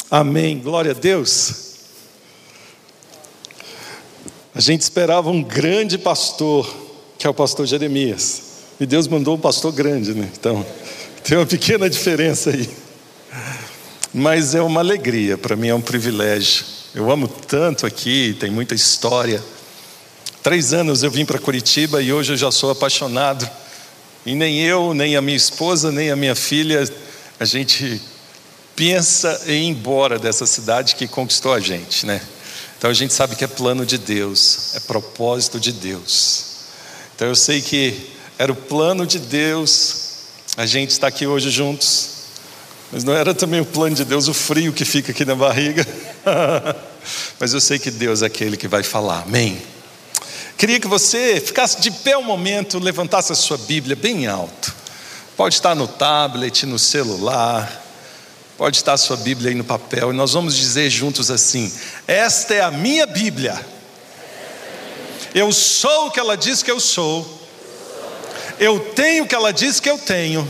Amém, glória a Deus. A gente esperava um grande pastor, que é o pastor Jeremias, e Deus mandou um pastor grande, né? Então, tem uma pequena diferença aí. Mas é uma alegria, para mim é um privilégio. Eu amo tanto aqui, tem muita história. 3 anos eu vim para Curitiba e hoje eu já sou apaixonado. E nem eu, nem a minha esposa, nem a minha filha, a gente pensa em ir embora dessa cidade que conquistou a gente, né? Então a gente sabe que é plano de Deus, é propósito de Deus. Então eu sei que era o plano de Deus a gente estar aqui hoje juntos, mas não era também o plano de Deus o frio que fica aqui na barriga. Mas eu sei que Deus é aquele que vai falar, amém? Queria que você ficasse de pé um momento, levantasse a sua Bíblia bem alto. Pode estar no tablet, no celular, pode estar a sua Bíblia aí no papel, e nós vamos dizer juntos assim: esta é a minha Bíblia. Eu sou o que ela diz que eu sou. Eu tenho o que ela diz que eu tenho.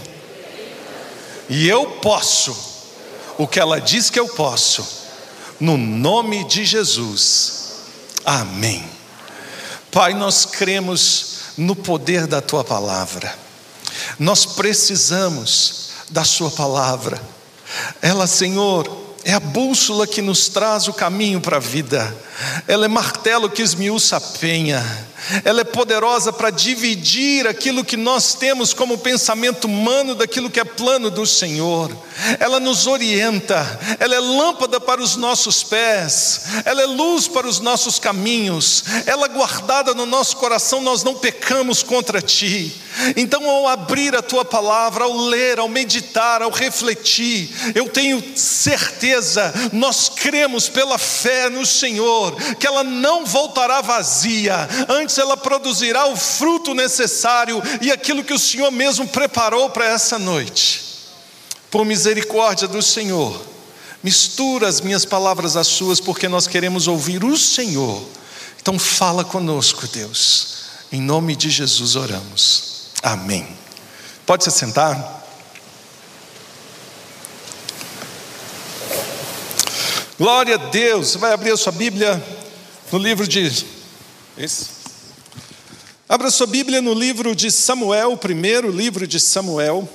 E eu posso o que ela diz que eu posso. No nome de Jesus. Amém. Pai, nós cremos no poder da Tua palavra. Nós precisamos da Sua palavra. Ela, Senhor, é a bússola que nos traz o caminho para a vida. Ela é martelo que esmiuça a penha. Ela é poderosa para dividir aquilo que nós temos como pensamento humano daquilo que é plano do Senhor. Ela nos orienta, ela é lâmpada para os nossos pés, ela é luz para os nossos caminhos. Ela guardada no nosso coração, nós não pecamos contra Ti. Então, ao abrir a Tua palavra, ao ler, ao meditar, ao refletir, eu tenho certeza, nós cremos pela fé no Senhor, que ela não voltará vazia. Antes ela produzirá o fruto necessário e aquilo que o Senhor mesmo preparou para essa noite. Por misericórdia do Senhor, mistura as minhas palavras às suas, porque nós queremos ouvir o Senhor. Então fala conosco, Deus. Em nome de Jesus oramos. Amém. Pode se sentar. Glória a Deus. Você vai abrir a sua Bíblia no livro de... Abra sua Bíblia no livro de Samuel, o primeiro livro de Samuel.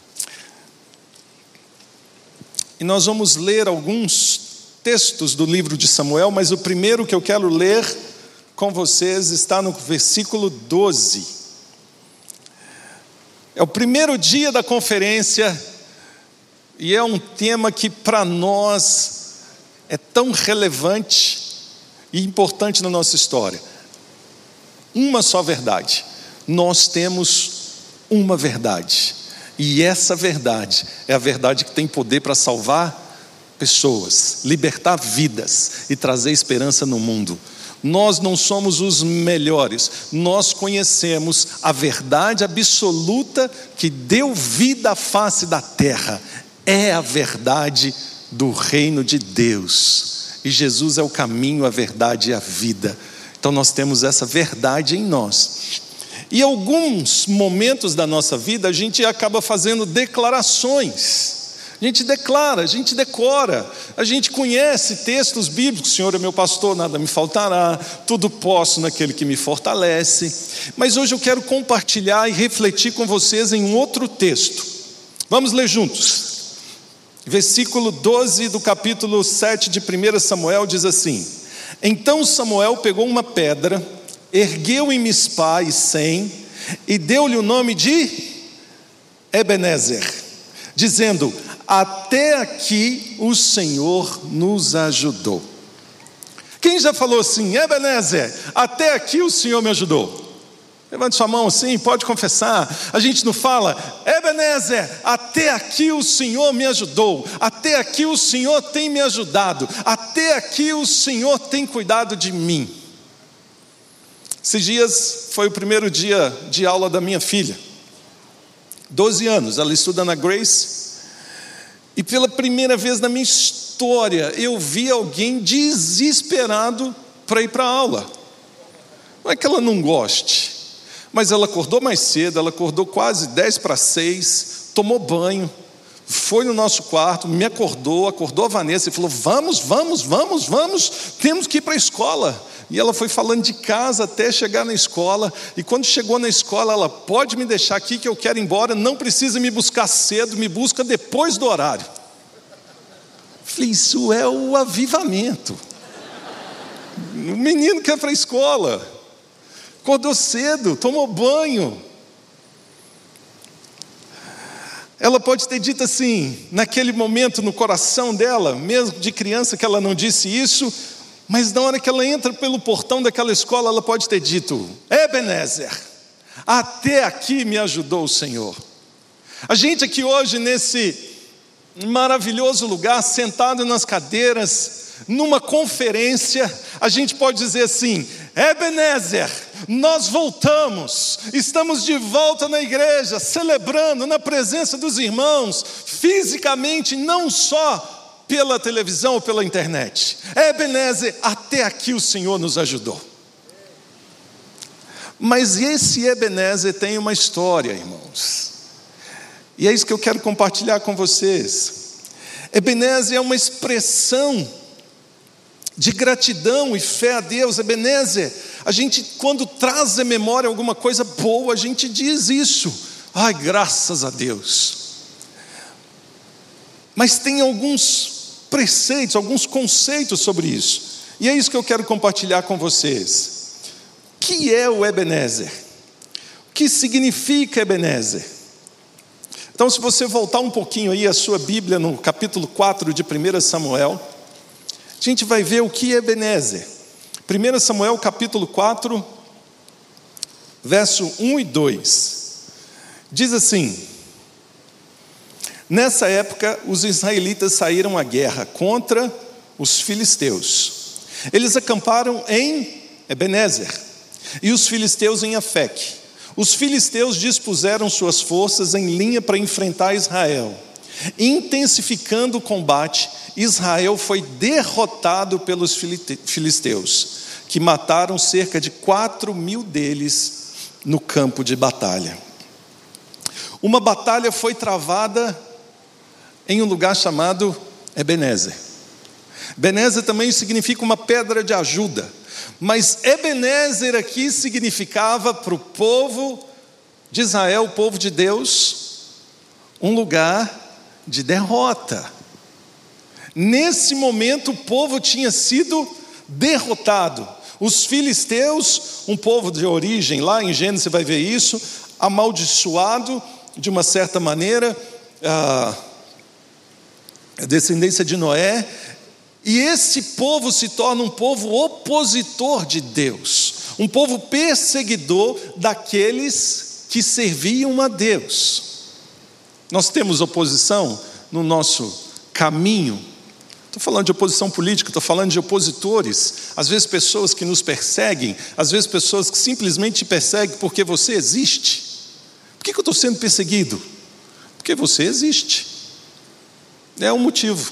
E nós vamos ler alguns textos do livro de Samuel, mas o primeiro que eu quero ler com vocês está no versículo 12. É o primeiro dia da conferência e é um tema que para nós é tão relevante e importante na nossa história. Uma só verdade. Nós temos uma verdade. E essa verdade é a verdade que tem poder para salvar pessoas, libertar vidas e trazer esperança no mundo. Nós não somos os melhores, nós conhecemos a verdade absoluta que deu vida à face da terra. É a verdade do reino de Deus. E Jesus é o caminho, a verdade e a vida. Então nós temos essa verdade em nós. E alguns momentos da nossa vida a gente acaba fazendo declarações. A gente declara, a gente decora, a gente conhece textos bíblicos. Senhor é meu pastor, nada me faltará, tudo posso naquele que me fortalece. Mas hoje eu quero compartilhar e refletir com vocês em um outro texto. Vamos ler juntos. Versículo 12 do capítulo 7 de 1 Samuel diz assim: Então Samuel pegou uma pedra, ergueu em Mispá e Sem, e deu-lhe o nome de Ebenezer, dizendo: até aqui o Senhor nos ajudou. Quem já falou assim: Ebenezer, até aqui o Senhor me ajudou? Levante sua mão assim, pode confessar. A gente não fala: Ebenezer, até aqui o Senhor me ajudou, até aqui o Senhor tem me ajudado, até aqui o Senhor tem cuidado de mim. Esses dias foi o primeiro dia de aula da minha filha, 12 anos, ela estuda na Grace. E pela primeira vez na minha história, eu vi alguém desesperado para ir para a aula. Não é que ela não goste, mas ela acordou mais cedo, ela acordou quase 5:50, tomou banho, foi no nosso quarto, me acordou a Vanessa e falou: vamos, temos que ir para a escola. E ela foi falando de casa até chegar na escola, e quando chegou na escola, ela: pode me deixar aqui que eu quero ir embora, não precisa me buscar cedo, me busca depois do horário. Falei: isso é o avivamento. O menino quer ir para a escola, acordou cedo, tomou banho. Ela pode ter dito assim, naquele momento no coração dela, mesmo de criança que ela não disse isso, mas na hora que ela entra pelo portão daquela escola, ela pode ter dito: Ebenezer, até aqui me ajudou o Senhor. A gente aqui hoje nesse maravilhoso lugar, sentado nas cadeiras, numa conferência, a gente pode dizer assim: Ebenezer, nós voltamos, estamos de volta na igreja, celebrando na presença dos irmãos, fisicamente, não só pela televisão ou pela internet. Ebenezer, até aqui o Senhor nos ajudou. Mas esse Ebenezer tem uma história, irmãos, e é isso que eu quero compartilhar com vocês. Ebenezer é uma expressão de gratidão e fé a Deus. Ebenezer, a gente quando traz à memória alguma coisa boa, a gente diz isso: ai, graças a Deus. Mas tem alguns preceitos, alguns conceitos sobre isso, e é isso que eu quero compartilhar com vocês. O que é o Ebenezer? O que significa Ebenezer? Então, se você voltar um pouquinho aí a sua Bíblia no capítulo 4 de 1 Samuel, a gente vai ver o que é Ebenezer. 1 Samuel capítulo 4, verso 1 e 2. Diz assim: nessa época os israelitas saíram à guerra contra os filisteus. Eles acamparam em Ebenezer e os filisteus em Afeque. Os filisteus dispuseram suas forças em linha para enfrentar Israel. Intensificando o combate, Israel foi derrotado pelos filisteus, que mataram cerca de 4.000 deles no campo de batalha. Uma batalha foi travada em um lugar chamado Ebenezer. Ebenezer também significa uma pedra de ajuda, mas Ebenezer aqui significava para o povo de Israel, o povo de Deus, um lugar de derrota. Nesse momento o povo tinha sido derrotado. Os filisteus, um povo de origem, lá em Gênesis você vai ver isso, amaldiçoado de uma certa maneira, a descendência de Noé, e esse povo se torna um povo opositor de Deus, um povo perseguidor daqueles que serviam a Deus. Nós temos oposição no nosso caminho. Estou falando de oposição política, estou falando de opositores, às vezes pessoas que nos perseguem, às vezes pessoas que simplesmente te perseguem porque você existe. Por que eu estou sendo perseguido? Porque você existe. É um motivo.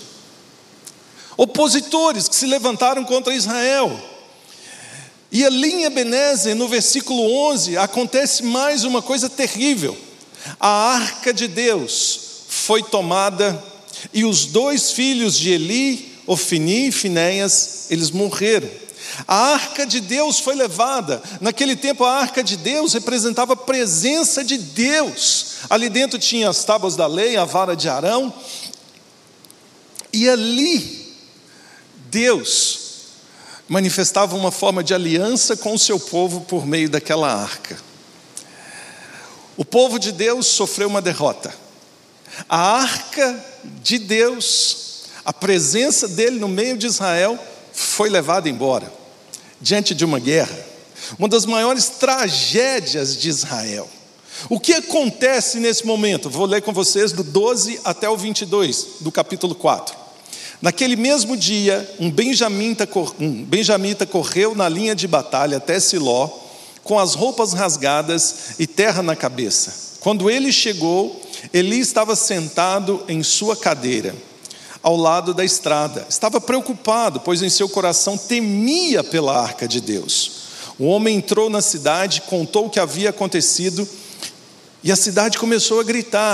Opositores que se levantaram contra Israel. E ali em Ebenezer, no versículo 11, acontece mais uma coisa terrível. A arca de Deus foi tomada e os 2 filhos de Eli, Ofni e Finéias, eles morreram. A arca de Deus foi levada. Naquele tempo a arca de Deus representava a presença de Deus. Ali dentro tinha as tábuas da lei, a vara de Arão. E ali Deus manifestava uma forma de aliança com o seu povo por meio daquela arca. O povo de Deus sofreu uma derrota. A arca de Deus, a presença dele no meio de Israel, foi levada embora, diante de uma guerra, uma das maiores tragédias de Israel. O que acontece nesse momento? Vou ler com vocês do 12 até o 22, do capítulo 4. Naquele mesmo dia, um benjamita correu na linha de batalha até Siló, com as roupas rasgadas e terra na cabeça. Quando ele chegou, Eli estava sentado em sua cadeira, ao lado da estrada. Estava preocupado, pois em seu coração temia pela arca de Deus. O homem entrou na cidade, contou o que havia acontecido, e a cidade começou a gritar.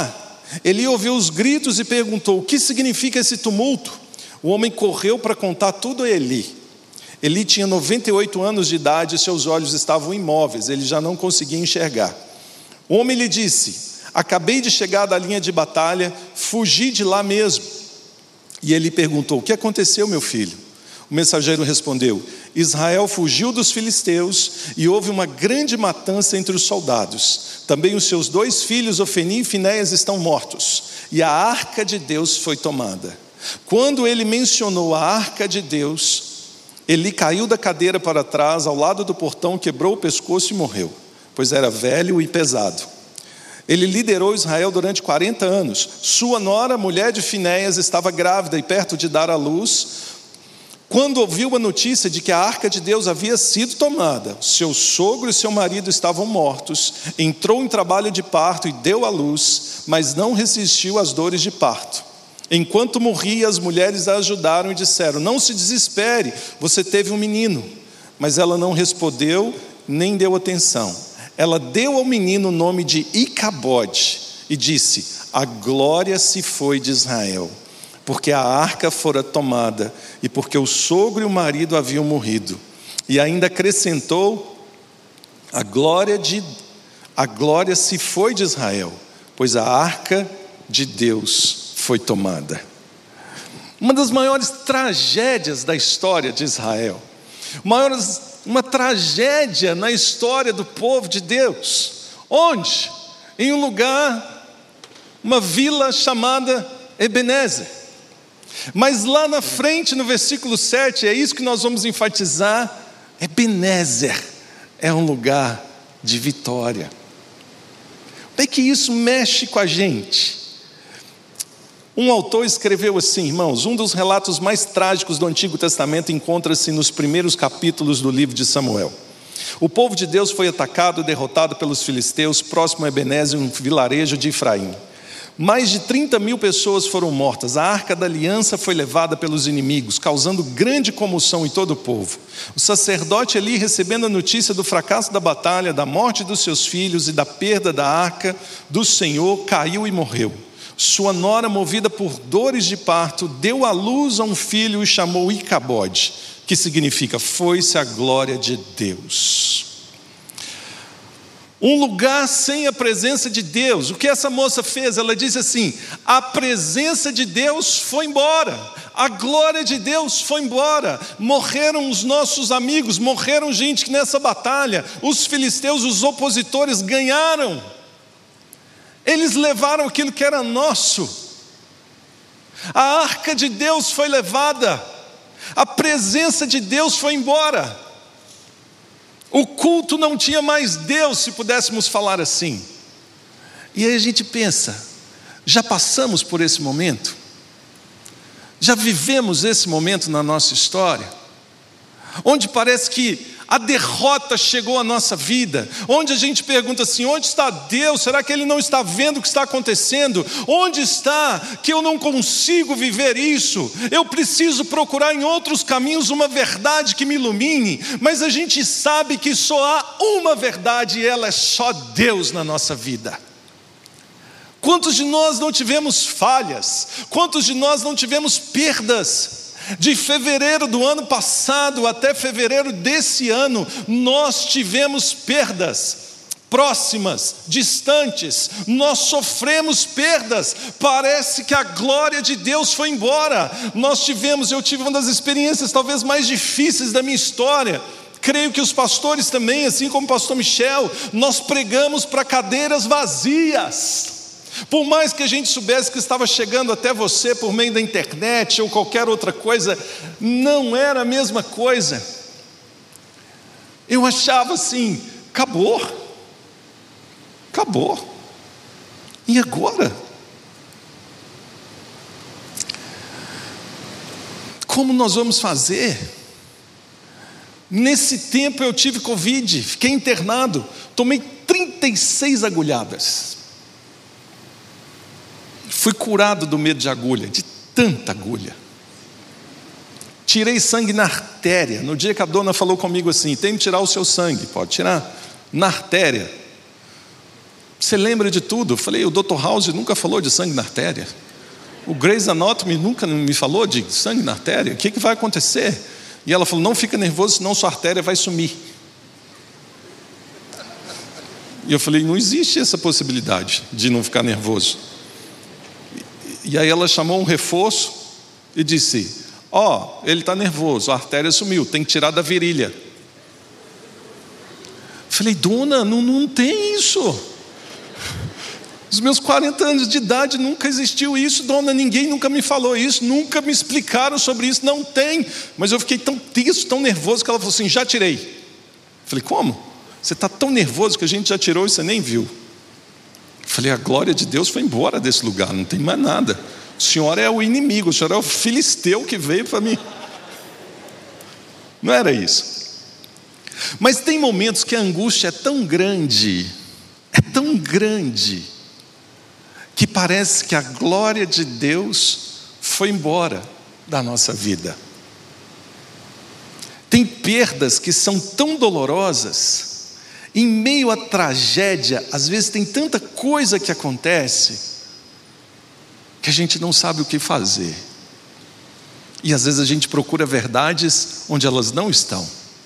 Eli ouviu os gritos e perguntou: o que significa esse tumulto? O homem correu para contar tudo a Eli. Eli tinha 98 anos de idade e seus olhos estavam imóveis, ele já não conseguia enxergar. O homem lhe disse: acabei de chegar da linha de batalha, fugi de lá mesmo. E ele perguntou: o que aconteceu, meu filho? O mensageiro respondeu: Israel fugiu dos filisteus e houve uma grande matança entre os soldados. Também os seus 2 filhos, Ofni e Finéias, estão mortos, e a arca de Deus foi tomada. Quando ele mencionou a arca de Deus, Eli caiu da cadeira para trás, ao lado do portão, quebrou o pescoço e morreu, pois era velho e pesado. Ele liderou Israel durante 40 anos. Sua nora, mulher de Finéias, estava grávida e perto de dar à luz. Quando ouviu a notícia de que a arca de Deus havia sido tomada, seu sogro e seu marido estavam mortos, entrou em trabalho de parto e deu à luz, mas não resistiu às dores de parto. Enquanto morria, as mulheres a ajudaram e disseram: não se desespere, você teve um menino. Mas ela não respondeu, nem deu atenção. Ela deu ao menino o nome de Icabode e disse: a glória se foi de Israel, porque a arca fora tomada e porque o sogro e o marido haviam morrido. E ainda acrescentou: a glória se foi de Israel, pois a arca de Deus foi tomada. Uma das maiores tragédias da história de Israel, uma tragédia na história do povo de Deus. Onde? Em um lugar, uma vila chamada Ebenezer. Mas lá na frente, no versículo 7, é isso que nós vamos enfatizar: Ebenezer é um lugar de vitória. Como é que isso mexe com a gente? Um autor escreveu assim, irmãos: um dos relatos mais trágicos do Antigo Testamento encontra-se nos primeiros capítulos do livro de Samuel. O povo de Deus foi atacado e derrotado pelos filisteus, próximo a Ebenezer, um vilarejo de Efraim. Mais de 30.000 pessoas foram mortas. A arca da aliança foi levada pelos inimigos, causando grande comoção em todo o povo. O sacerdote Eli, recebendo a notícia do fracasso da batalha, da morte dos seus filhos e da perda da arca do Senhor, caiu e morreu. Sua nora, movida por dores de parto, deu à luz a um filho e chamou Icabode, que significa foi-se a glória de Deus. Um lugar sem a presença de Deus. O que essa moça fez? Ela disse assim: a presença de Deus foi embora, a glória de Deus foi embora, morreram os nossos amigos, morreram gente que nessa batalha, os filisteus, os opositores ganharam. Eles levaram aquilo que era nosso. A arca de Deus foi levada, a presença de Deus foi embora. O culto não tinha mais Deus, se pudéssemos falar assim. E aí a gente pensa: já passamos por esse momento? Já vivemos esse momento na nossa história? Onde parece que a derrota chegou à nossa vida, onde a gente pergunta assim: onde está Deus? Será que Ele não está vendo o que está acontecendo? Onde está que eu não consigo viver isso? Eu preciso procurar em outros caminhos uma verdade que me ilumine, mas a gente sabe que só há uma verdade e ela é só Deus na nossa vida. Quantos de nós não tivemos falhas? Quantos de nós não tivemos perdas? De fevereiro do ano passado até fevereiro desse ano, nós tivemos perdas próximas, distantes, nós sofremos perdas, parece que a glória de Deus foi embora. Eu tive uma das experiências talvez mais difíceis da minha história. Creio que os pastores também, assim como o pastor Michel, nós pregamos para cadeiras vazias. Por mais que a gente soubesse que estava chegando até você por meio da internet ou qualquer outra coisa, não era a mesma coisa. Eu achava assim: acabou. E agora? Como nós vamos fazer? Nesse tempo eu tive Covid, fiquei internado, tomei 36 agulhadas. Fui curado do medo de agulha, de tanta agulha. Tirei sangue na artéria. No dia que a dona falou comigo assim: tem que tirar o seu sangue. Pode tirar. Na artéria. Você lembra de tudo? Eu falei, o Dr. House nunca falou de sangue na artéria. O Grey's Anatomy nunca me falou de sangue na artéria. O que vai acontecer? E ela falou, não fica nervoso, senão sua artéria vai sumir. E eu falei, não existe essa possibilidade de não ficar nervoso. E aí ela chamou um reforço e disse, ele está nervoso, a artéria sumiu, tem que tirar da virilha. Eu falei, dona, não tem isso. Nos meus 40 anos de idade nunca existiu isso, dona, ninguém nunca me falou isso, nunca me explicaram sobre isso, não tem. Mas eu fiquei tão tenso, tão nervoso, que ela falou assim, já tirei. Eu falei, como? Você está tão nervoso que a gente já tirou e você nem viu. Eu falei, a glória de Deus foi embora desse lugar, não tem mais nada. O senhor é o inimigo, o senhor é o filisteu que veio para mim. Não era isso. Mas tem momentos que a angústia é tão grande, que parece que a glória de Deus foi embora da nossa vida. Tem perdas que são tão dolorosas, em meio à tragédia, às vezes tem tanta coisa que acontece, que a gente não sabe o que fazer. E às vezes a gente procura verdades onde elas não estão.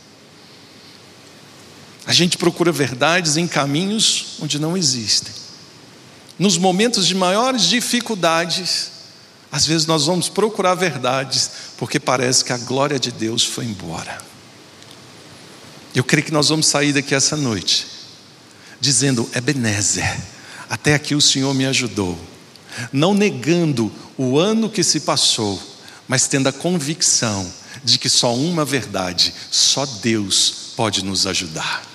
A gente procura verdades em caminhos onde não existem. Nos momentos de maiores dificuldades, às vezes nós vamos procurar verdades, porque parece que a glória de Deus foi embora. Eu creio que nós vamos sair daqui essa noite, dizendo, Ebenezer, até aqui o Senhor me ajudou. Não negando o ano que se passou, mas tendo a convicção de que só uma verdade, só Deus pode nos ajudar.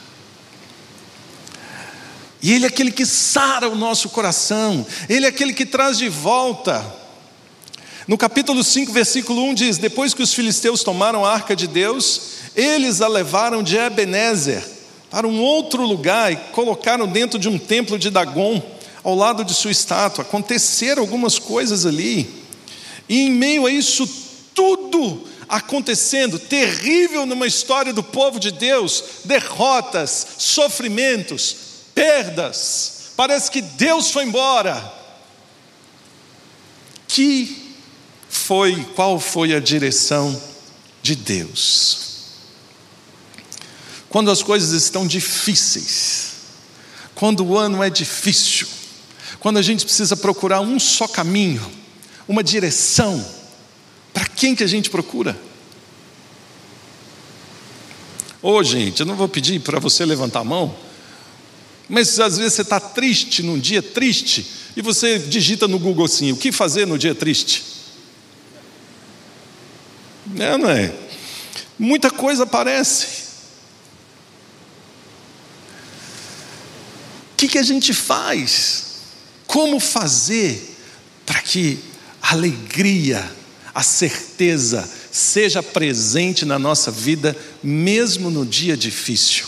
E Ele é aquele que sara o nosso coração, Ele é aquele que traz de volta. No capítulo 5, versículo 1 diz, depois que os filisteus tomaram a arca de Deus, eles a levaram de Ebenezer para um outro lugar e colocaram dentro de um templo de Dagon, ao lado de sua estátua. Aconteceram algumas coisas ali, e em meio a isso tudo acontecendo, terrível numa história do povo de Deus, derrotas, sofrimentos, perdas, parece que Deus foi embora. Qual foi a direção de Deus? Quando as coisas estão difíceis, quando o ano é difícil, quando a gente precisa procurar um só caminho, uma direção, para quem que a gente procura? Gente, eu não vou pedir para você levantar a mão, mas às vezes você está triste, num dia triste, e você digita no Google assim, o que fazer no dia triste? Não é? Muita coisa aparece. O que a gente faz? Como fazer para que a alegria, a certeza seja presente na nossa vida, mesmo no dia difícil?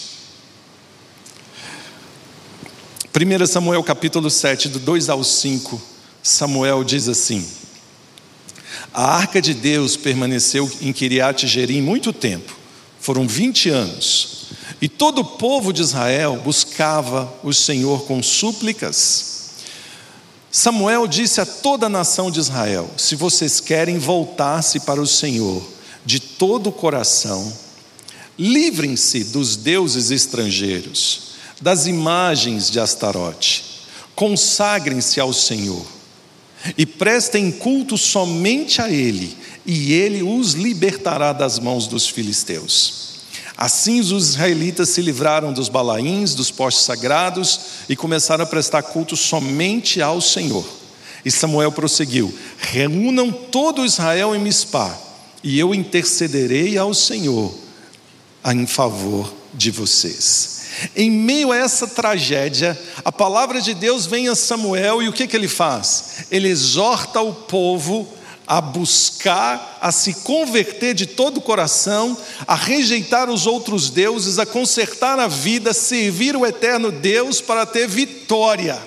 1 Samuel capítulo 7, do 2 ao 5, Samuel diz assim: a arca de Deus permaneceu em Quiriate Jearim muito tempo, foram 20 anos, e todo o povo de Israel buscava o Senhor com súplicas. Samuel disse a toda a nação de Israel: se vocês querem voltar-se para o Senhor de todo o coração, livrem-se dos deuses estrangeiros, das imagens de Astarote, consagrem-se ao Senhor e prestem culto somente a Ele, e Ele os libertará das mãos dos filisteus. Assim os israelitas se livraram dos balaíns, dos postes sagrados, e começaram a prestar culto somente ao Senhor. E Samuel prosseguiu: reúnam todo Israel em Mispá, e eu intercederei ao Senhor em favor de vocês. Em meio a essa tragédia, a palavra de Deus vem a Samuel, e o que ele faz? Ele exorta o povo a buscar, a se converter de todo o coração, a rejeitar os outros deuses, a consertar a vida, a servir o eterno Deus para ter vitória.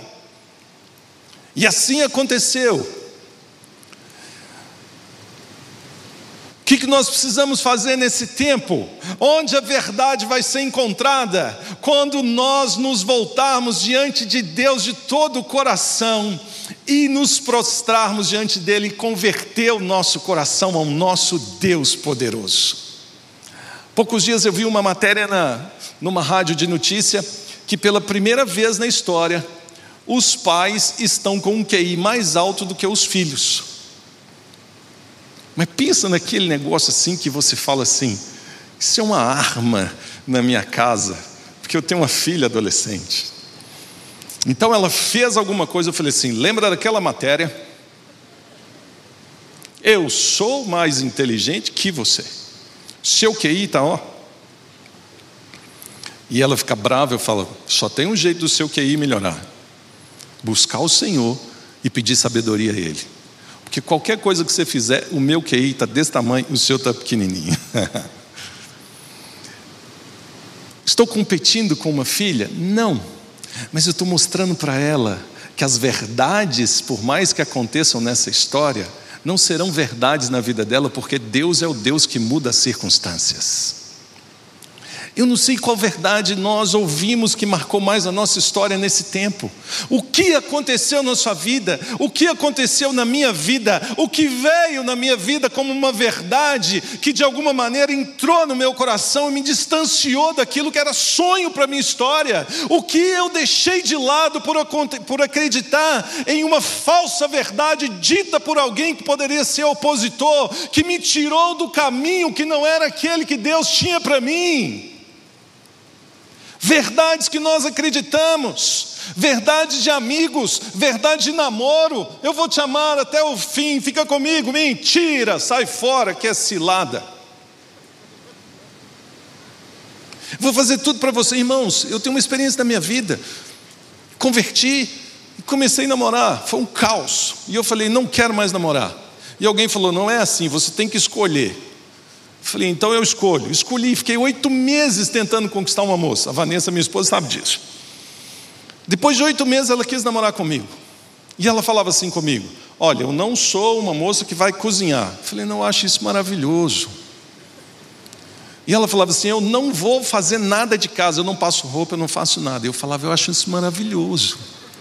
E assim aconteceu. O que nós precisamos fazer nesse tempo? Onde a verdade vai ser encontrada? Quando nós nos voltarmos diante de Deus de todo o coração e nos prostrarmos diante dEle e converter o nosso coração ao nosso Deus poderoso. Poucos dias eu vi uma matéria numa rádio de notícia que pela primeira vez na história os pais estão com um QI mais alto do que os filhos. Mas pensa naquele negócio assim que você fala assim: isso é uma arma na minha casa, porque eu tenho uma filha adolescente. Então ela fez alguma coisa, eu falei assim: lembra daquela matéria? Eu sou mais inteligente que você. Seu QI está ó. E ela fica brava, eu falo: só tem um jeito do seu QI melhorar: buscar o Senhor e pedir sabedoria a Ele. Porque qualquer coisa que você fizer, o meu QI está desse tamanho, o seu está pequenininho. Estou competindo com uma filha? Não. Mas eu estou mostrando para ela que as verdades, por mais que aconteçam nessa história, não serão verdades na vida dela, porque Deus é o Deus que muda as circunstâncias. Eu não sei qual verdade nós ouvimos que marcou mais a nossa história nesse tempo. O que aconteceu na sua vida? O que aconteceu na minha vida? O que veio na minha vida como uma verdade que de alguma maneira entrou no meu coração e me distanciou daquilo que era sonho para a minha história? O que eu deixei de lado por acreditar em uma falsa verdade dita por alguém que poderia ser opositor, que me tirou do caminho que não era aquele que Deus tinha para mim? Verdades que nós acreditamos, verdades de amigos, verdade de namoro: eu vou te amar até o fim, fica comigo. Mentira, sai fora, que é cilada. Vou fazer tudo para você. Irmãos, eu tenho uma experiência da minha vida. Converti e comecei a namorar, foi um caos. E eu falei: não quero mais namorar. E alguém falou: não é assim, você tem que escolher. Falei: então eu escolhi, fiquei 8 meses tentando conquistar uma moça. A Vanessa, minha esposa, sabe disso. Depois de 8 meses ela quis namorar comigo. E ela falava assim comigo: olha, eu não sou uma moça que vai cozinhar. Falei: não, eu acho isso maravilhoso. E ela falava assim: eu não vou fazer nada de casa, eu não passo roupa, eu não faço nada. Eu falava: eu acho isso maravilhoso.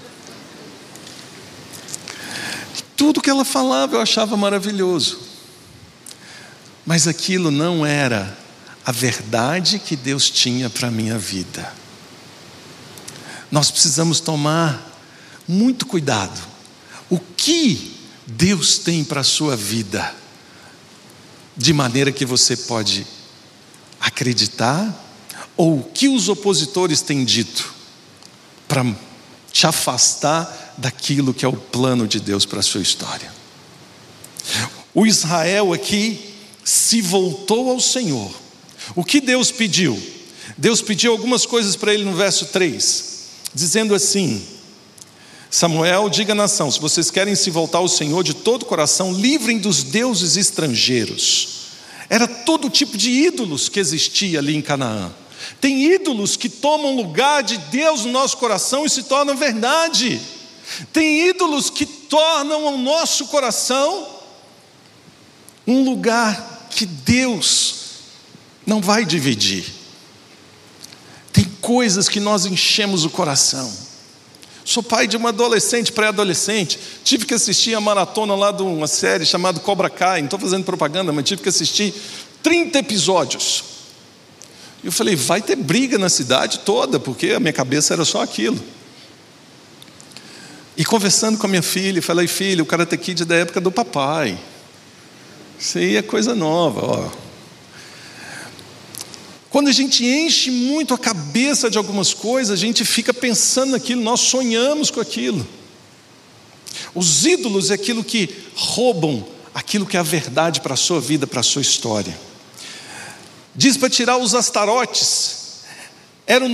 Tudo que ela falava eu achava maravilhoso. Mas aquilo não era a verdade que Deus tinha para a minha vida. Nós precisamos tomar muito cuidado. O que Deus tem para a sua vida, de maneira que você pode acreditar, ou o que os opositores têm dito, para te afastar daquilo que é o plano de Deus para a sua história. O Israel aqui se voltou ao Senhor. O que Deus pediu? Deus pediu algumas coisas para ele no verso 3, dizendo assim: Samuel, diga à nação, se vocês querem se voltar ao Senhor de todo o coração, livrem dos deuses estrangeiros. Era todo tipo de ídolos que existia ali em Canaã. Tem ídolos que tomam lugar de Deus no nosso coração e se tornam verdade. Tem ídolos que tornam o nosso coração um lugar que Deus não vai dividir. Tem coisas que nós enchemos o coração. Sou pai de uma adolescente, pré-adolescente. Tive que assistir a maratona lá de uma série chamada Cobra Kai. Não estou fazendo propaganda, mas tive que assistir 30 episódios. E eu falei: vai ter briga na cidade toda, porque a minha cabeça era só aquilo. E conversando com a minha filha, falei: filha, o Karate Kid é da época do papai. Isso aí é coisa nova, ó. Quando a gente enche muito a cabeça de algumas coisas, a gente fica pensando naquilo, nós sonhamos com aquilo. Os ídolos é aquilo que roubam aquilo que é a verdade para a sua vida, para a sua história. Diz para tirar os astarotes. Era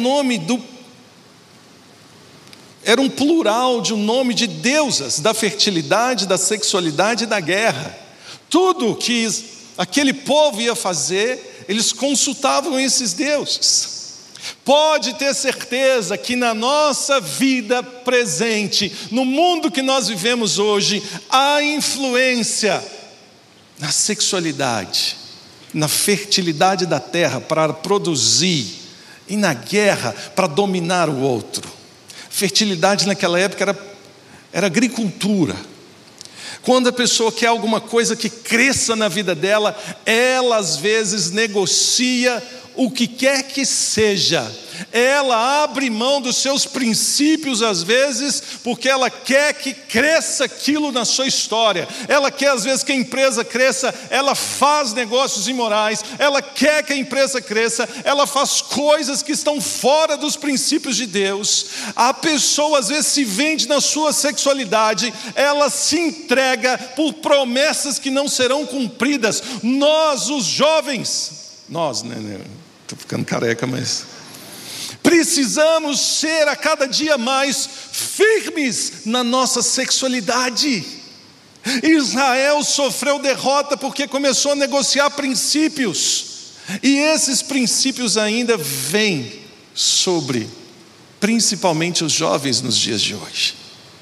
um plural de um nome de deusas, da fertilidade, da sexualidade e da guerra. Tudo que aquele povo ia fazer, eles consultavam esses deuses. Pode ter certeza que na nossa vida presente, no mundo que nós vivemos hoje, há influência na sexualidade, na fertilidade da terra para produzir, e na guerra para dominar o outro. Fertilidade naquela época era agricultura. Quando a pessoa quer alguma coisa que cresça na vida dela, ela às vezes negocia o que quer que seja. Ela abre mão dos seus princípios às vezes, porque ela quer que cresça aquilo na sua história. Ela quer às vezes que a empresa cresça, ela faz negócios imorais. Ela quer que a empresa cresça, ela faz coisas que estão fora dos princípios de Deus. A pessoa às vezes se vende na sua sexualidade, ela se entrega por promessas que não serão cumpridas. Nós, os jovens, né? Estou ficando careca, mas precisamos ser a cada dia mais firmes na nossa sexualidade. Israel sofreu derrota porque começou a negociar princípios, e esses princípios ainda vêm sobre, principalmente os jovens nos dias de hoje.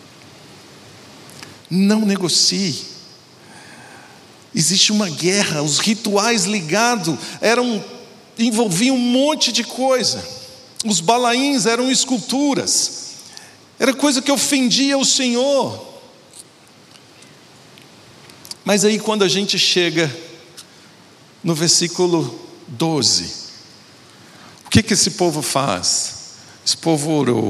Não negocie. Existe uma guerra, os rituais ligados envolviam um monte de coisa. Os balaíns eram esculturas, era coisa que ofendia o Senhor. Mas aí quando a gente chega no versículo 12, o que esse povo faz? Esse povo orou,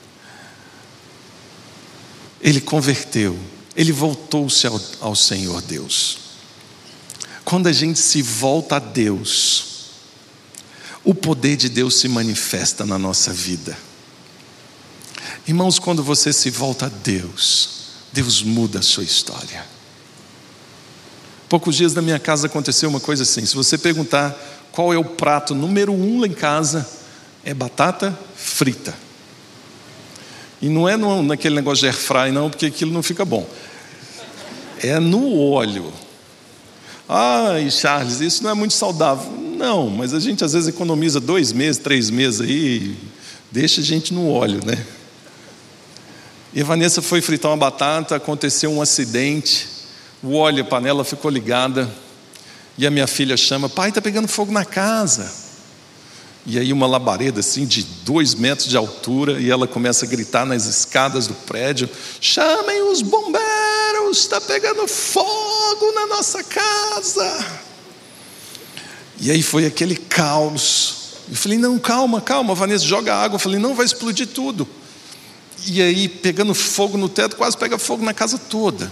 ele converteu, ele voltou-se ao Senhor Deus. Quando a gente se volta a Deus, o poder de Deus se manifesta na nossa vida. Irmãos, quando você se volta a Deus, Deus muda a sua história. Poucos dias na minha casa aconteceu uma coisa assim. Se você perguntar qual é o prato número 1 lá em casa, é batata frita. E não é naquele negócio de air fry não, porque aquilo não fica bom. É no óleo. Ai, Charles, isso não é muito saudável. Não, mas a gente às vezes economiza 2 meses, 3 meses aí, deixa a gente no óleo, né? E a Vanessa foi fritar uma batata, aconteceu um acidente, o óleo, a panela ficou ligada, e a minha filha chama: pai, está pegando fogo na casa. E aí uma labareda assim de 2 metros de altura, e ela começa a gritar nas escadas do prédio: chamem os bombeiros, está pegando fogo na nossa casa. E aí foi aquele caos. Eu falei: não, calma, a Vanessa joga água. Eu falei: não, vai explodir tudo. E aí pegando fogo no teto, quase pega fogo na casa toda.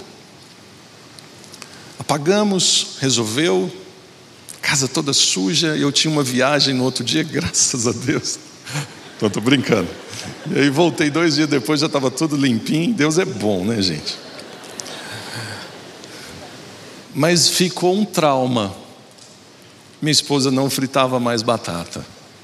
Apagamos, resolveu, casa toda suja. Eu tinha uma viagem no outro dia, graças a Deus. Então estou brincando. E aí voltei 2 dias depois, já estava tudo limpinho. Deus é bom, né, gente? Mas ficou um trauma. Minha esposa não fritava mais batata.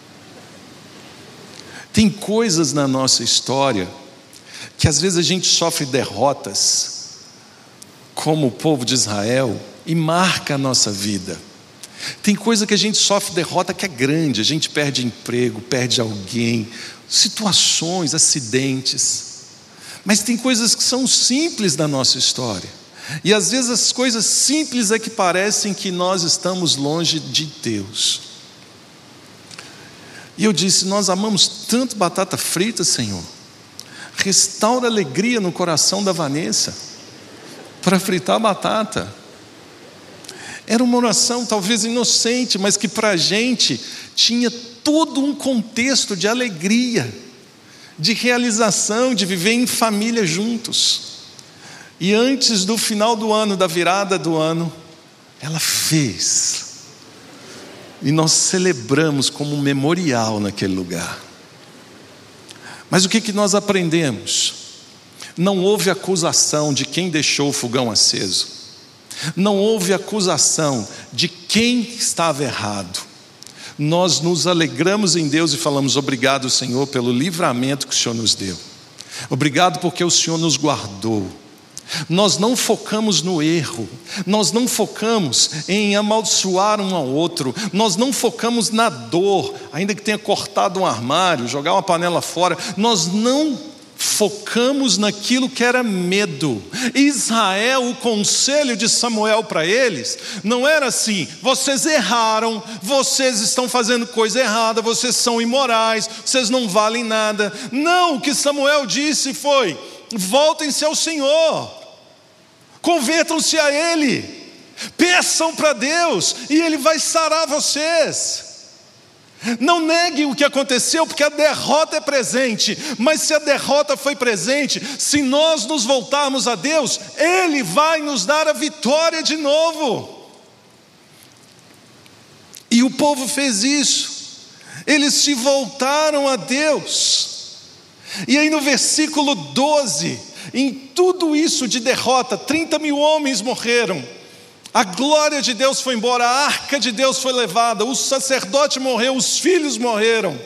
Tem coisas na nossa história que às vezes a gente sofre derrotas, como o povo de Israel, e marca a nossa vida. Tem coisa que a gente sofre derrota que é grande, a gente perde emprego, perde alguém, situações, acidentes. Mas tem coisas que são simples na nossa história. E às vezes as coisas simples é que parecem que nós estamos longe de Deus. E eu disse: nós amamos tanto batata frita, Senhor. Restaura alegria no coração da Vanessa para fritar batata. Era uma oração talvez inocente, mas que para a gente tinha todo um contexto de alegria, de realização, de viver em família juntos. E antes do final do ano, da virada do ano, ela fez. E nós celebramos como um memorial naquele lugar. Mas o que nós aprendemos? Não houve acusação de quem deixou o fogão aceso. Não houve acusação de quem estava errado. Nós nos alegramos em Deus e falamos: obrigado, Senhor, pelo livramento que o Senhor nos deu. Obrigado porque o Senhor nos guardou. Nós não focamos no erro, nós não focamos em amaldiçoar um ao outro, nós não focamos na dor, ainda que tenha cortado um armário, jogar uma panela fora. Nós não focamos naquilo que era medo. Israel, o conselho de Samuel para eles, não era assim: vocês erraram, vocês estão fazendo coisa errada, vocês são imorais, vocês não valem nada. Não, o que Samuel disse foi: voltem-se ao Senhor, convertam-se a Ele, peçam para Deus e Ele vai sarar vocês. Não negue o que aconteceu, porque a derrota é presente, mas se a derrota foi presente, se nós nos voltarmos a Deus, Ele vai nos dar a vitória de novo. E o povo fez isso, eles se voltaram a Deus. E aí no versículo 12, em tudo isso de derrota, 30 mil homens morreram, a glória de Deus foi embora, a arca de Deus foi levada, o sacerdote morreu, os filhos morreram.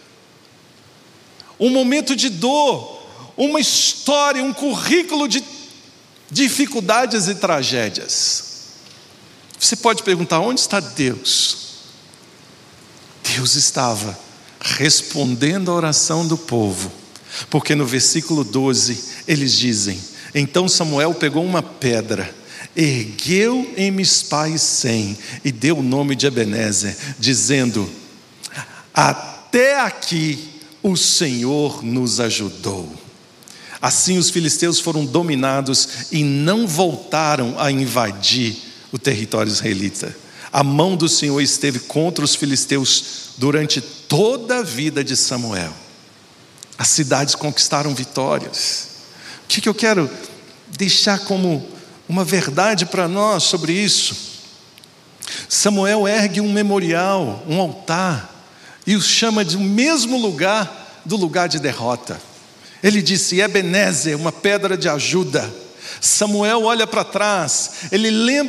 Um momento de dor, uma história, um currículo de dificuldades e tragédias. Você pode perguntar: onde está Deus? Deus estava respondendo a oração do povo, porque no versículo 12 eles dizem: então Samuel pegou uma pedra, ergueu em Mispa e Sem e deu o nome de Ebenezer, dizendo: até aqui o Senhor nos ajudou. Assim os filisteus foram dominados e não voltaram a invadir o território israelita. A mão do Senhor esteve contra os filisteus durante toda a vida de Samuel. As cidades conquistaram vitórias. O que eu quero deixar como uma verdade para nós sobre isso? Samuel ergue um memorial, um altar, e os chama de o mesmo lugar do lugar de derrota. Ele disse: Ebenezer, uma pedra de ajuda. Samuel olha para trás, ele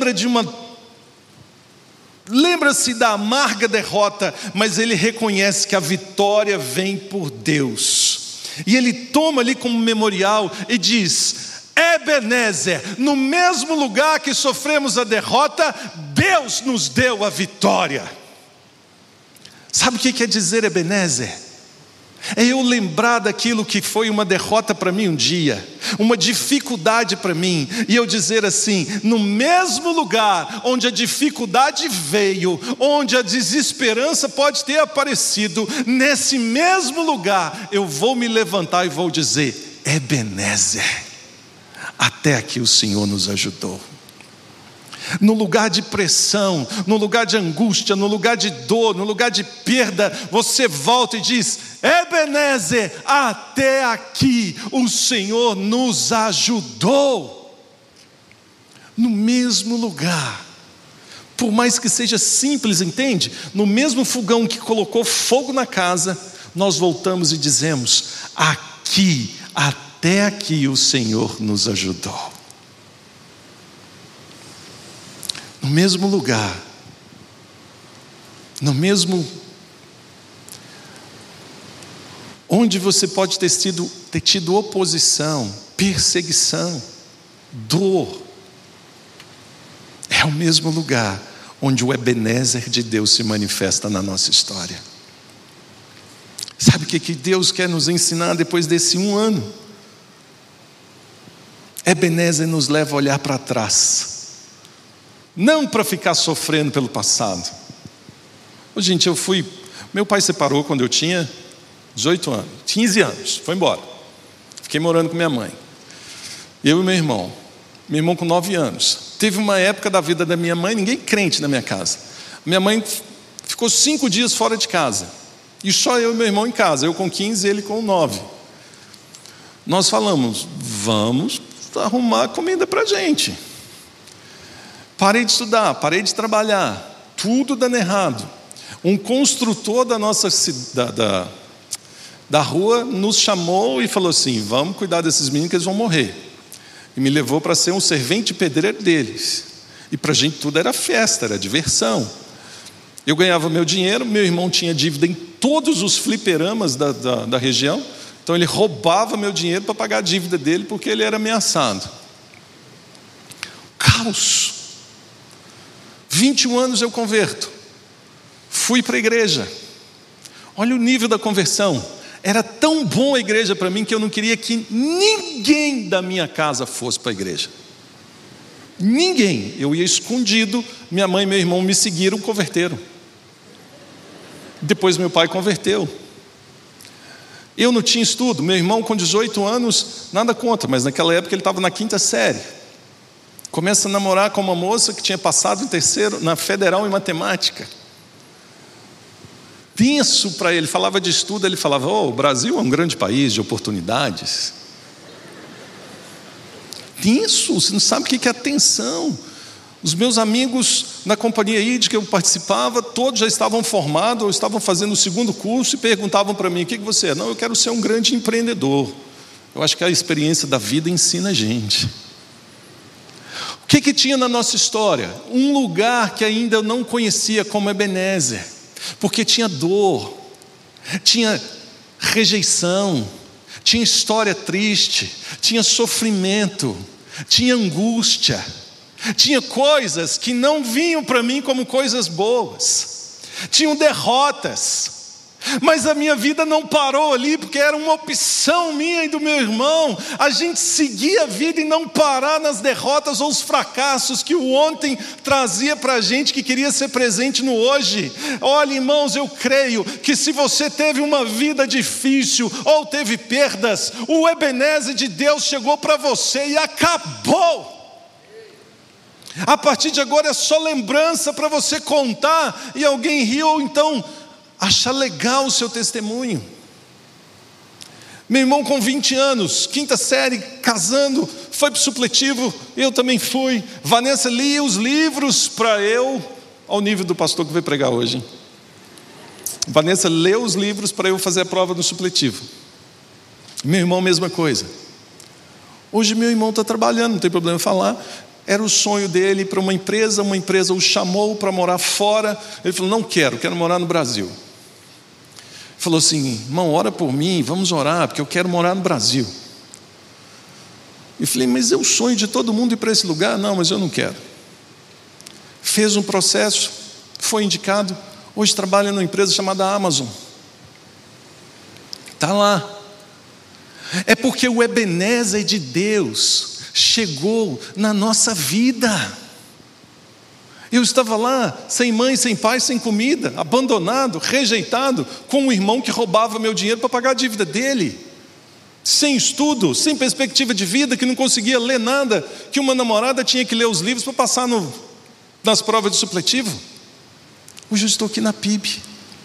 lembra-se da amarga derrota, mas ele reconhece que a vitória vem por Deus. E ele toma ali como memorial e diz: Ebenezer, no mesmo lugar que sofremos a derrota, Deus nos deu a vitória. Sabe o que quer dizer Ebenezer? É eu lembrar daquilo que foi uma derrota para mim um dia, uma dificuldade para mim, e eu dizer assim: no mesmo lugar onde a dificuldade veio, onde a desesperança pode ter aparecido, nesse mesmo lugar eu vou me levantar e vou dizer: Ebenezer, até aqui o Senhor nos ajudou. No lugar de pressão, no lugar de angústia, no lugar de dor, no lugar de perda, você volta e diz: Ebenezer, até aqui o Senhor nos ajudou. No mesmo lugar, por mais que seja simples, entende? No mesmo fogão que colocou fogo na casa, nós voltamos e dizemos: até aqui o Senhor nos ajudou. No mesmo lugar, no mesmo, onde você pode ter tido oposição, perseguição, dor, é o mesmo lugar onde o Ebenezer de Deus se manifesta na nossa história. Sabe o que Deus quer nos ensinar depois desse 1 ano? Ebenezer nos leva a olhar para trás, não para ficar sofrendo pelo passado. Gente, meu pai separou quando eu tinha 18 anos, 15 anos, foi embora. Fiquei morando com minha mãe, eu e meu irmão com 9 anos. Teve uma época da vida da minha mãe, ninguém crente na minha casa. Minha mãe ficou 5 dias fora de casa, e só eu e meu irmão em casa, eu com 15 e ele com 9. Nós falamos: vamos arrumar comida para a gente. Parei de estudar, parei de trabalhar, tudo dando errado. Um construtor da nossa da rua nos chamou e falou assim: vamos cuidar desses meninos que eles vão morrer. E me levou para ser um servente pedreiro deles. E para a gente tudo era festa, era diversão. Eu ganhava meu dinheiro, meu irmão tinha dívida em todos os fliperamas da região, então ele roubava meu dinheiro para pagar a dívida dele, porque ele era ameaçado. Caos. 21 anos eu converto, fui para a igreja. Olha o nível da conversão. Era tão bom a igreja para mim que eu não queria que ninguém da minha casa fosse para a igreja. Ninguém. Eu ia escondido, minha mãe e meu irmão me seguiram, converteram. Depois meu pai converteu. Eu não tinha estudo, meu irmão com 18 anos, nada contra, mas naquela época ele estava na 5ª série. Começa a namorar com uma moça que tinha passado em terceiro na federal em matemática. Tenso para ele, falava de estudo, ele falava: o Brasil é um grande país de oportunidades. Tenso, você não sabe o que é atenção. Os meus amigos na companhia aí de que eu participava, todos já estavam formados ou estavam fazendo o 2º curso e perguntavam para mim: o que você é? Não, eu quero ser um grande empreendedor. Eu acho que a experiência da vida ensina a gente. O que tinha na nossa história? Um lugar que ainda eu não conhecia como Ebenezer, porque tinha dor, tinha rejeição, tinha história triste, tinha sofrimento, tinha angústia, tinha coisas que não vinham para mim como coisas boas, tinham derrotas, mas a minha vida não parou ali, porque era uma opção minha e do meu irmão, a gente seguir a vida e não parar nas derrotas ou os fracassos que o ontem trazia para a gente, que queria ser presente no hoje. Olha, irmãos, eu creio que se você teve uma vida difícil ou teve perdas, o Ebenezer de Deus chegou para você e acabou. A partir de agora é só lembrança para você contar e alguém rir ou então achar legal o seu testemunho. Meu irmão com 20 anos, 5ª série, casando, foi para o supletivo, eu também fui. Vanessa lia os livros para eu, ao nível do pastor que veio pregar hoje. Vanessa leu os livros para eu fazer a prova no supletivo. Meu irmão, mesma coisa. Hoje meu irmão está trabalhando, não tem problema falar. Era o sonho dele ir para uma empresa o chamou para morar fora. Ele falou: não quero morar no Brasil. Falou assim: irmão, ora por mim, vamos orar, porque eu quero morar no Brasil. Eu falei: mas é o sonho de todo mundo ir para esse lugar? Não, mas eu não quero. Fez um processo, foi indicado, hoje trabalha numa empresa chamada Amazon. Está lá. É porque o Ebenezer de Deus chegou na nossa vida. Eu estava lá, sem mãe, sem pai, sem comida, abandonado, rejeitado, com um irmão que roubava meu dinheiro para pagar a dívida dele, sem estudo, sem perspectiva de vida, que não conseguia ler nada, que uma namorada tinha que ler os livros para passar nas provas de supletivo. Hoje eu estou aqui na PIB.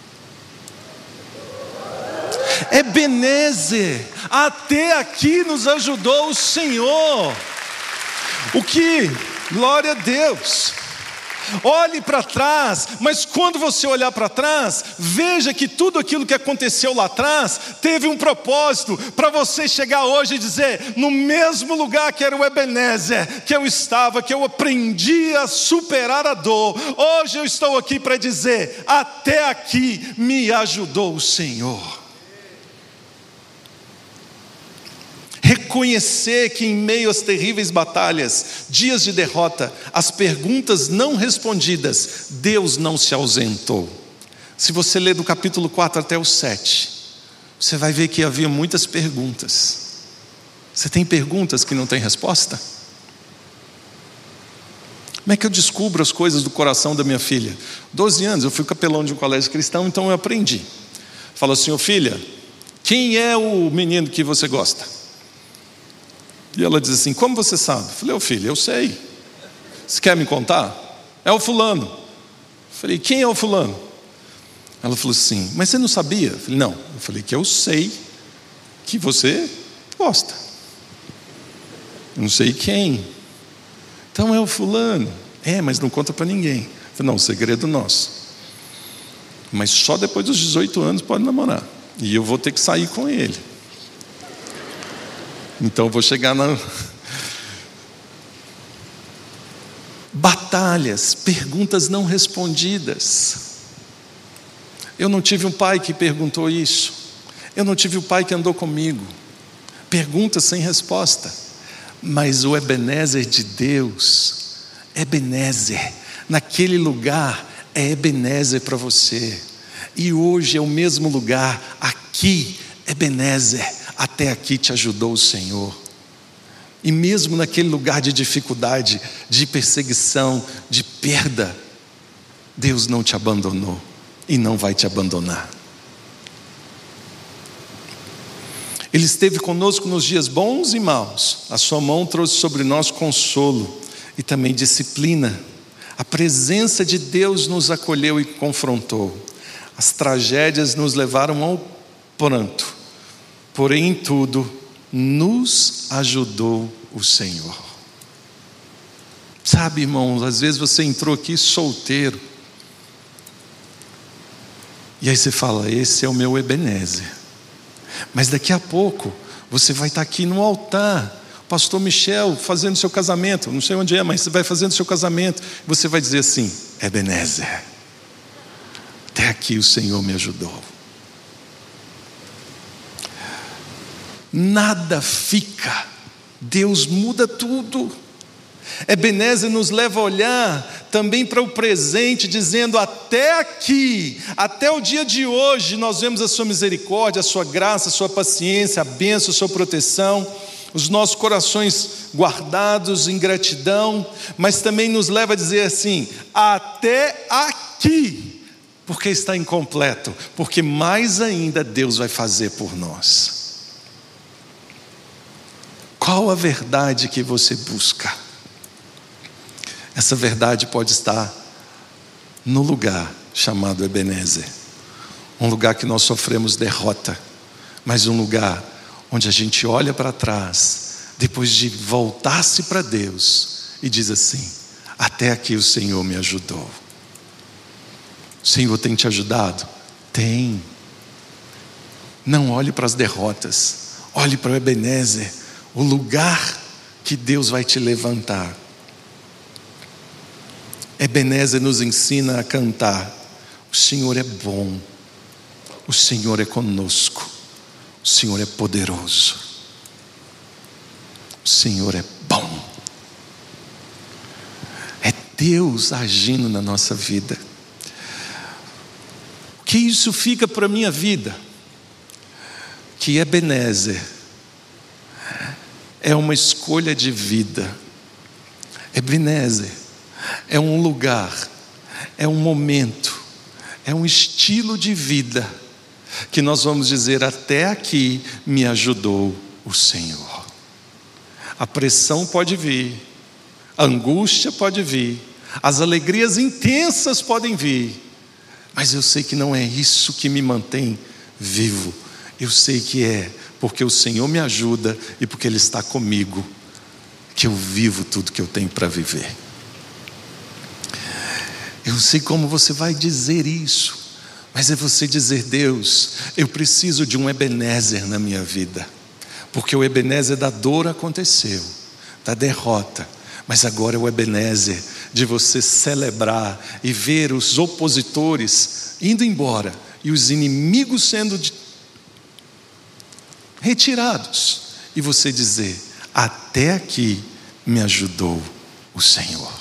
Ebenezer, até aqui nos ajudou o Senhor. Glória a Deus. Olhe para trás, mas quando você olhar para trás, veja que tudo aquilo que aconteceu lá atrás teve um propósito para você chegar hoje e dizer: no mesmo lugar que era o Ebenezer, que eu estava, que eu aprendi a superar a dor, hoje eu estou aqui para dizer: até aqui me ajudou o Senhor. Reconhecer que em meio às terríveis batalhas, dias de derrota, as perguntas não respondidas, Deus não se ausentou. Se você ler do capítulo 4 até o 7, você vai ver que havia muitas perguntas. Você tem perguntas que não tem resposta? Como é que eu descubro as coisas do coração da minha filha? 12 anos, eu fui capelão de um colégio cristão, então eu aprendi. Falou assim: ô filha, quem é o menino que você gosta? E ela diz assim: como você sabe? Eu falei: ô filho, eu sei. Você quer me contar? É o fulano. Eu falei: quem é o fulano? Ela falou assim: mas você não sabia? Eu falei: não. Eu falei que eu sei que você gosta. Eu não sei quem. Então é o fulano. Mas não conta para ninguém. Eu falei: não, segredo nosso. Mas só depois dos 18 anos pode namorar. E eu vou ter que sair com ele. Então eu vou chegar na... Batalhas, perguntas não respondidas. Eu não tive um pai que perguntou isso. Eu não tive um pai que andou comigo. Perguntas sem resposta. Mas o Ebenezer de Deus, Ebenezer, naquele lugar é Ebenezer para você. E hoje é o mesmo lugar, aqui Ebenezer, até aqui te ajudou o Senhor. E mesmo naquele lugar de dificuldade, de perseguição, de perda, Deus não te abandonou e não vai te abandonar. Ele esteve conosco nos dias bons e maus. A sua mão trouxe sobre nós consolo e também disciplina. A presença de Deus nos acolheu e confrontou. As tragédias nos levaram ao pranto, porém em tudo nos ajudou o Senhor. Sabe, irmãos, às vezes você entrou aqui solteiro, e aí você fala, esse é o meu Ebenezer. Mas daqui a pouco, você vai estar aqui no altar, pastor Michel fazendo seu casamento, não sei onde é, mas você vai fazendo seu casamento, você vai dizer assim, Ebenezer, até aqui o Senhor me ajudou. Nada fica, Deus muda tudo. Ebenezer nos leva a olhar também para o presente, dizendo, até aqui, até o dia de hoje, nós vemos a sua misericórdia, a sua graça, a sua paciência, a bênção, a sua proteção, os nossos corações guardados em gratidão, mas também nos leva a dizer assim, até aqui, porque está incompleto, porque mais ainda Deus vai fazer por nós. Qual a verdade que você busca? Essa verdade pode estar no lugar chamado Ebenezer, um lugar que nós sofremos derrota, mas um lugar onde a gente olha para trás, depois de voltar-se para Deus e diz assim, até aqui o Senhor me ajudou. O Senhor tem te ajudado? Tem. Não olhe para as derrotas, olhe para o Ebenezer, o lugar que Deus vai te levantar. Ebenezer nos ensina a cantar, o Senhor é bom, o Senhor é conosco, o Senhor é poderoso, o Senhor é bom. É Deus agindo na nossa vida. O que isso fica para a minha vida? Que Ebenezer é uma escolha de vida. Ebenezer é um lugar, é um momento, é um estilo de vida que nós vamos dizer, até aqui me ajudou o Senhor. A pressão pode vir, a angústia pode vir, as alegrias intensas podem vir, mas eu sei que não é isso que me mantém vivo. Eu sei que é porque o Senhor me ajuda e porque Ele está comigo que eu vivo tudo que eu tenho para viver. Eu não sei como você vai dizer isso, mas é você dizer, Deus, eu preciso de um Ebenezer na minha vida, porque o Ebenezer da dor aconteceu, da derrota, mas agora é o Ebenezer de você celebrar e ver os opositores indo embora e os inimigos sendo retirados, e você dizer, até aqui me ajudou o Senhor.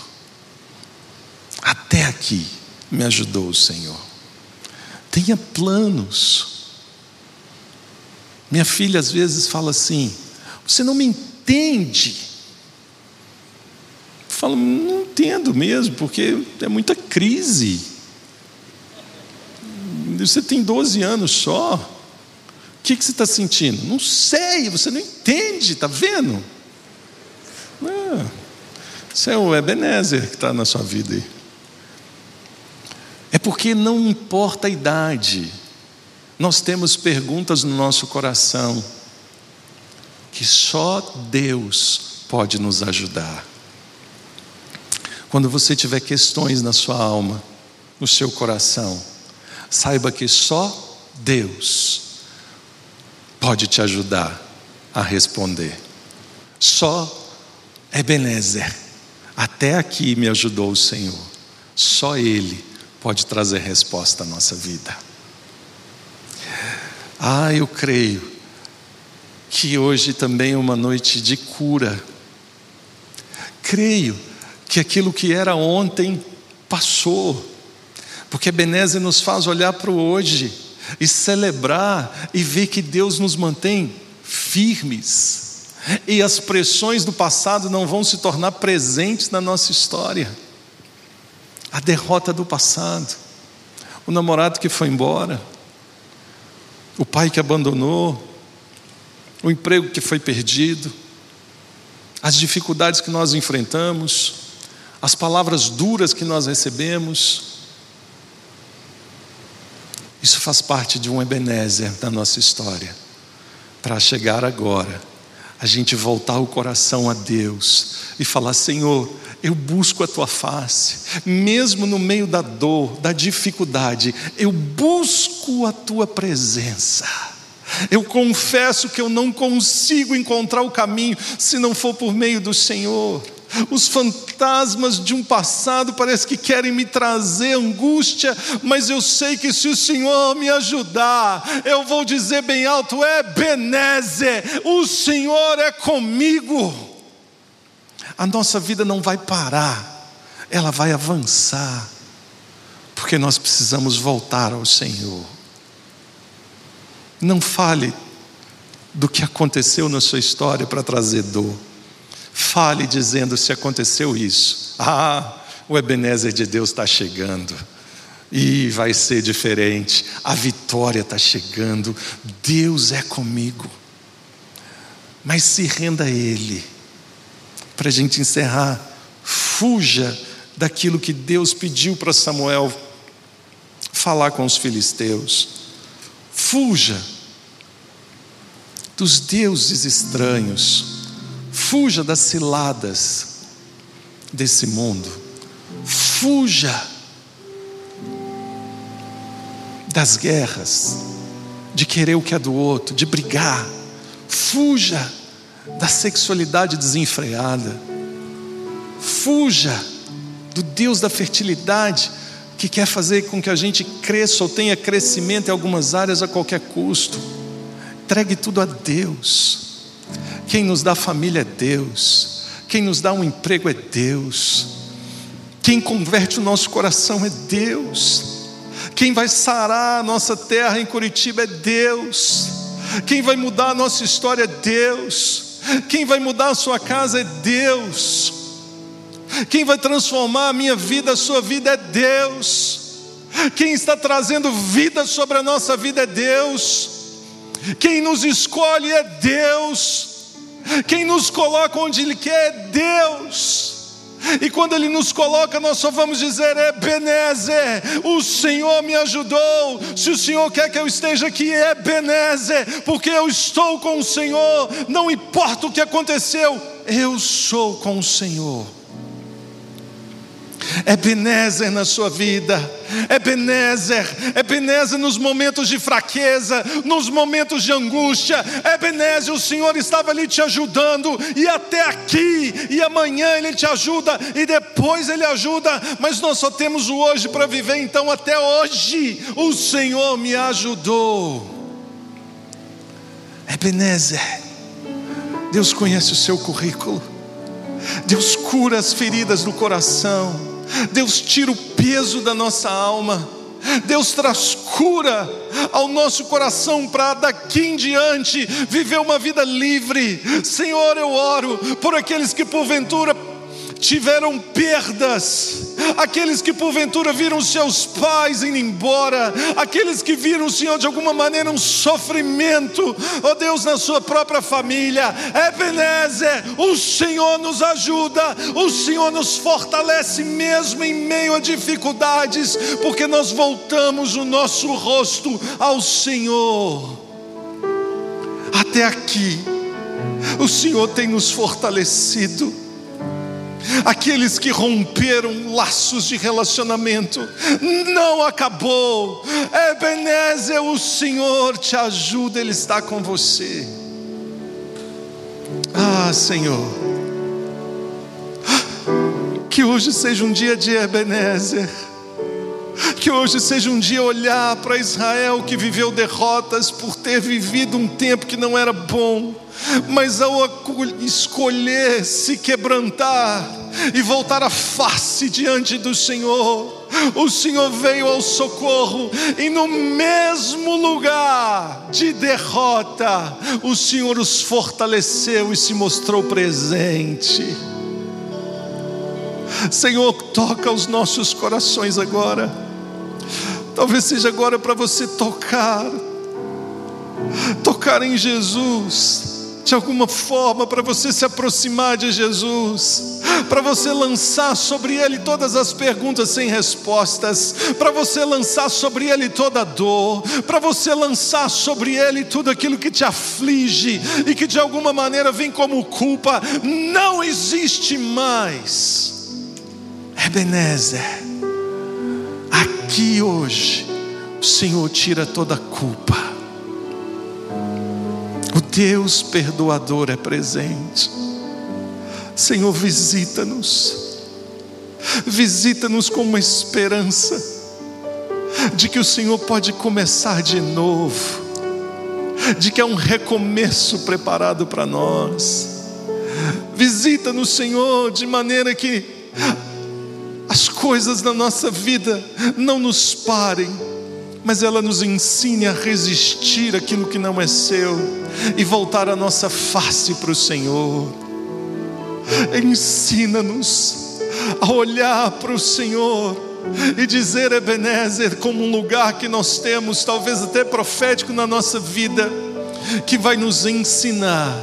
Até aqui me ajudou o Senhor. Tenha planos. Minha filha às vezes fala assim, você não me entende. Eu falo, não entendo mesmo, porque é muita crise. Você tem 12 anos só. O que você está sentindo? Não sei, você não entende, está vendo? Isso é o Ebenezer que está na sua vida aí. É porque não importa a idade, nós temos perguntas no nosso coração que só Deus pode nos ajudar. Quando você tiver questões na sua alma, no seu coração, saiba que só Deus pode te ajudar a responder. Só Ebenezer, até aqui me ajudou o Senhor. Só Ele pode trazer resposta à nossa vida. Eu creio que hoje também é uma noite de cura. Creio que aquilo que era ontem passou, porque Ebenezer nos faz olhar para o hoje, e celebrar e ver que Deus nos mantém firmes. E as pressões do passado não vão se tornar presentes na nossa história. A derrota do passado, o namorado que foi embora, o pai que abandonou, o emprego que foi perdido, as dificuldades que nós enfrentamos, as palavras duras que nós recebemos. Isso faz parte de um Ebenezer da nossa história, para chegar agora, a gente voltar o coração a Deus e falar: Senhor, eu busco a Tua face, mesmo no meio da dor, da dificuldade, eu busco a Tua presença. Eu confesso que eu não consigo encontrar o caminho se não for por meio do Senhor. Os fantasmas de um passado parece que querem me trazer angústia, mas eu sei que se o Senhor me ajudar, eu vou dizer bem alto: Ebenezer, o Senhor é comigo. A nossa vida não vai parar, ela vai avançar, porque nós precisamos voltar ao Senhor. Não fale do que aconteceu na sua história para trazer dor. Fale dizendo: se aconteceu isso, o Ebenezer de Deus está chegando, e vai ser diferente, a vitória está chegando, Deus é comigo. Mas se renda a Ele. Para a gente encerrar, fuja daquilo que Deus pediu para Samuel falar com os filisteus. Fuja dos deuses estranhos. Fuja das ciladas desse mundo. Fuja das guerras, de querer o que é do outro, de brigar. Fuja da sexualidade desenfreada. Fuja do Deus da fertilidade, que quer fazer com que a gente cresça ou tenha crescimento em algumas áreas a qualquer custo. Entregue tudo a Deus. Quem nos dá família é Deus. Quem nos dá um emprego é Deus. Quem converte o nosso coração é Deus. Quem vai sarar a nossa terra em Curitiba é Deus. Quem vai mudar a nossa história é Deus. Quem vai mudar a sua casa é Deus. Quem vai transformar a minha vida, a sua vida é Deus. Quem está trazendo vida sobre a nossa vida é Deus. Quem nos escolhe é Deus. Quem nos coloca onde Ele quer é Deus. E quando Ele nos coloca, nós só vamos dizer: Ebenezer, o Senhor me ajudou. Se o Senhor quer que eu esteja aqui, é Ebenezer, porque eu estou com o Senhor. Não importa o que aconteceu, eu sou com o Senhor. Ebenezer na sua vida, Ebenezer nos momentos de fraqueza, nos momentos de angústia. Ebenezer, o Senhor estava ali te ajudando, e até aqui, e amanhã Ele te ajuda, e depois Ele ajuda, mas nós só temos o hoje para viver. Então até hoje o Senhor me ajudou. Ebenezer, Deus conhece o seu currículo. Deus cura as feridas do coração. Deus tira o peso da nossa alma. Deus traz cura ao nosso coração para daqui em diante viver uma vida livre. Senhor, eu oro por aqueles que porventura tiveram perdas, aqueles que porventura viram seus pais indo embora, aqueles que viram, Senhor, de alguma maneira um sofrimento, ó Deus, na sua própria família. Ebenezer, o Senhor nos ajuda, o Senhor nos fortalece mesmo em meio a dificuldades, porque nós voltamos o nosso rosto ao Senhor. Até aqui o Senhor tem nos fortalecido. Aqueles que romperam laços de relacionamento, não acabou. Ebenezer, o Senhor te ajuda, Ele está com você. Senhor, que hoje seja um dia de Ebenezer. Que hoje seja um dia olhar para Israel, que viveu derrotas por ter vivido um tempo que não era bom, mas ao escolher se quebrantar, e voltar a face diante do Senhor. O Senhor veio ao socorro, e no mesmo lugar de derrota, o Senhor os fortaleceu e se mostrou presente. Senhor, toca os nossos corações agora. Talvez seja agora para você tocar em Jesus, de alguma forma, para você se aproximar de Jesus, para você lançar sobre Ele todas as perguntas sem respostas, para você lançar sobre Ele toda a dor, para você lançar sobre Ele tudo aquilo que te aflige e que de alguma maneira vem como culpa. Não existe mais. Ebenezer, aqui hoje o Senhor tira toda a culpa. O Deus perdoador é presente. Senhor, visita-nos com uma esperança de que o Senhor pode começar de novo, de que há um recomeço preparado para nós. Visita-nos, Senhor, de maneira que as coisas da nossa vida não nos parem, mas ela nos ensine a resistir àquilo que não é seu e voltar a nossa face para o Senhor. Ensina-nos a olhar para o Senhor e dizer Ebenezer como um lugar que nós temos, talvez até profético na nossa vida, que vai nos ensinar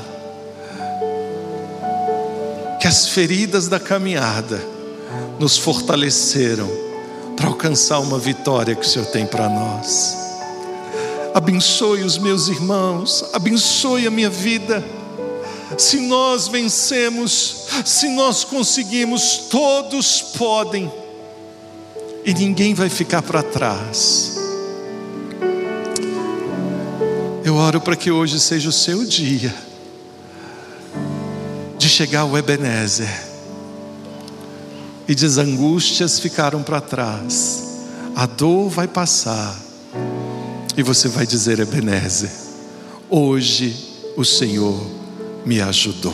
que as feridas da caminhada nos fortaleceram para alcançar uma vitória que o Senhor tem para nós. Abençoe os meus irmãos, abençoe a minha vida. Se nós vencemos, se nós conseguimos, todos podem, e ninguém vai ficar para trás. Eu oro para que hoje seja o seu dia de chegar ao Ebenezer, e as angústias ficaram para trás, a dor vai passar, e você vai dizer Ebenezer, hoje o Senhor me ajudou.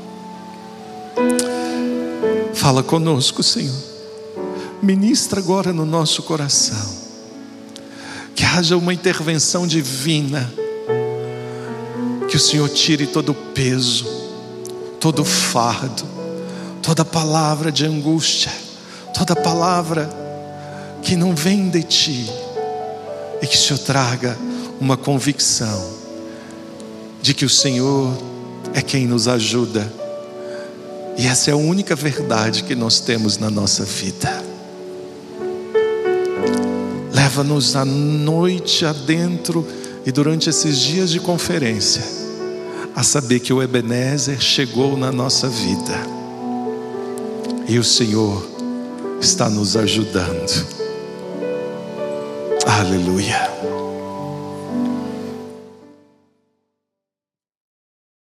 Fala conosco, Senhor, ministra agora no nosso coração, que haja uma intervenção divina, que o Senhor tire todo o peso, todo o fardo, toda palavra de angústia, toda palavra que não vem de Ti, e que o Senhor traga uma convicção de que o Senhor é quem nos ajuda, e essa é a única verdade que nós temos na nossa vida. Leva-nos a noite adentro e durante esses dias de conferência a saber que o Ebenezer chegou na nossa vida e o Senhor está nos ajudando. Aleluia.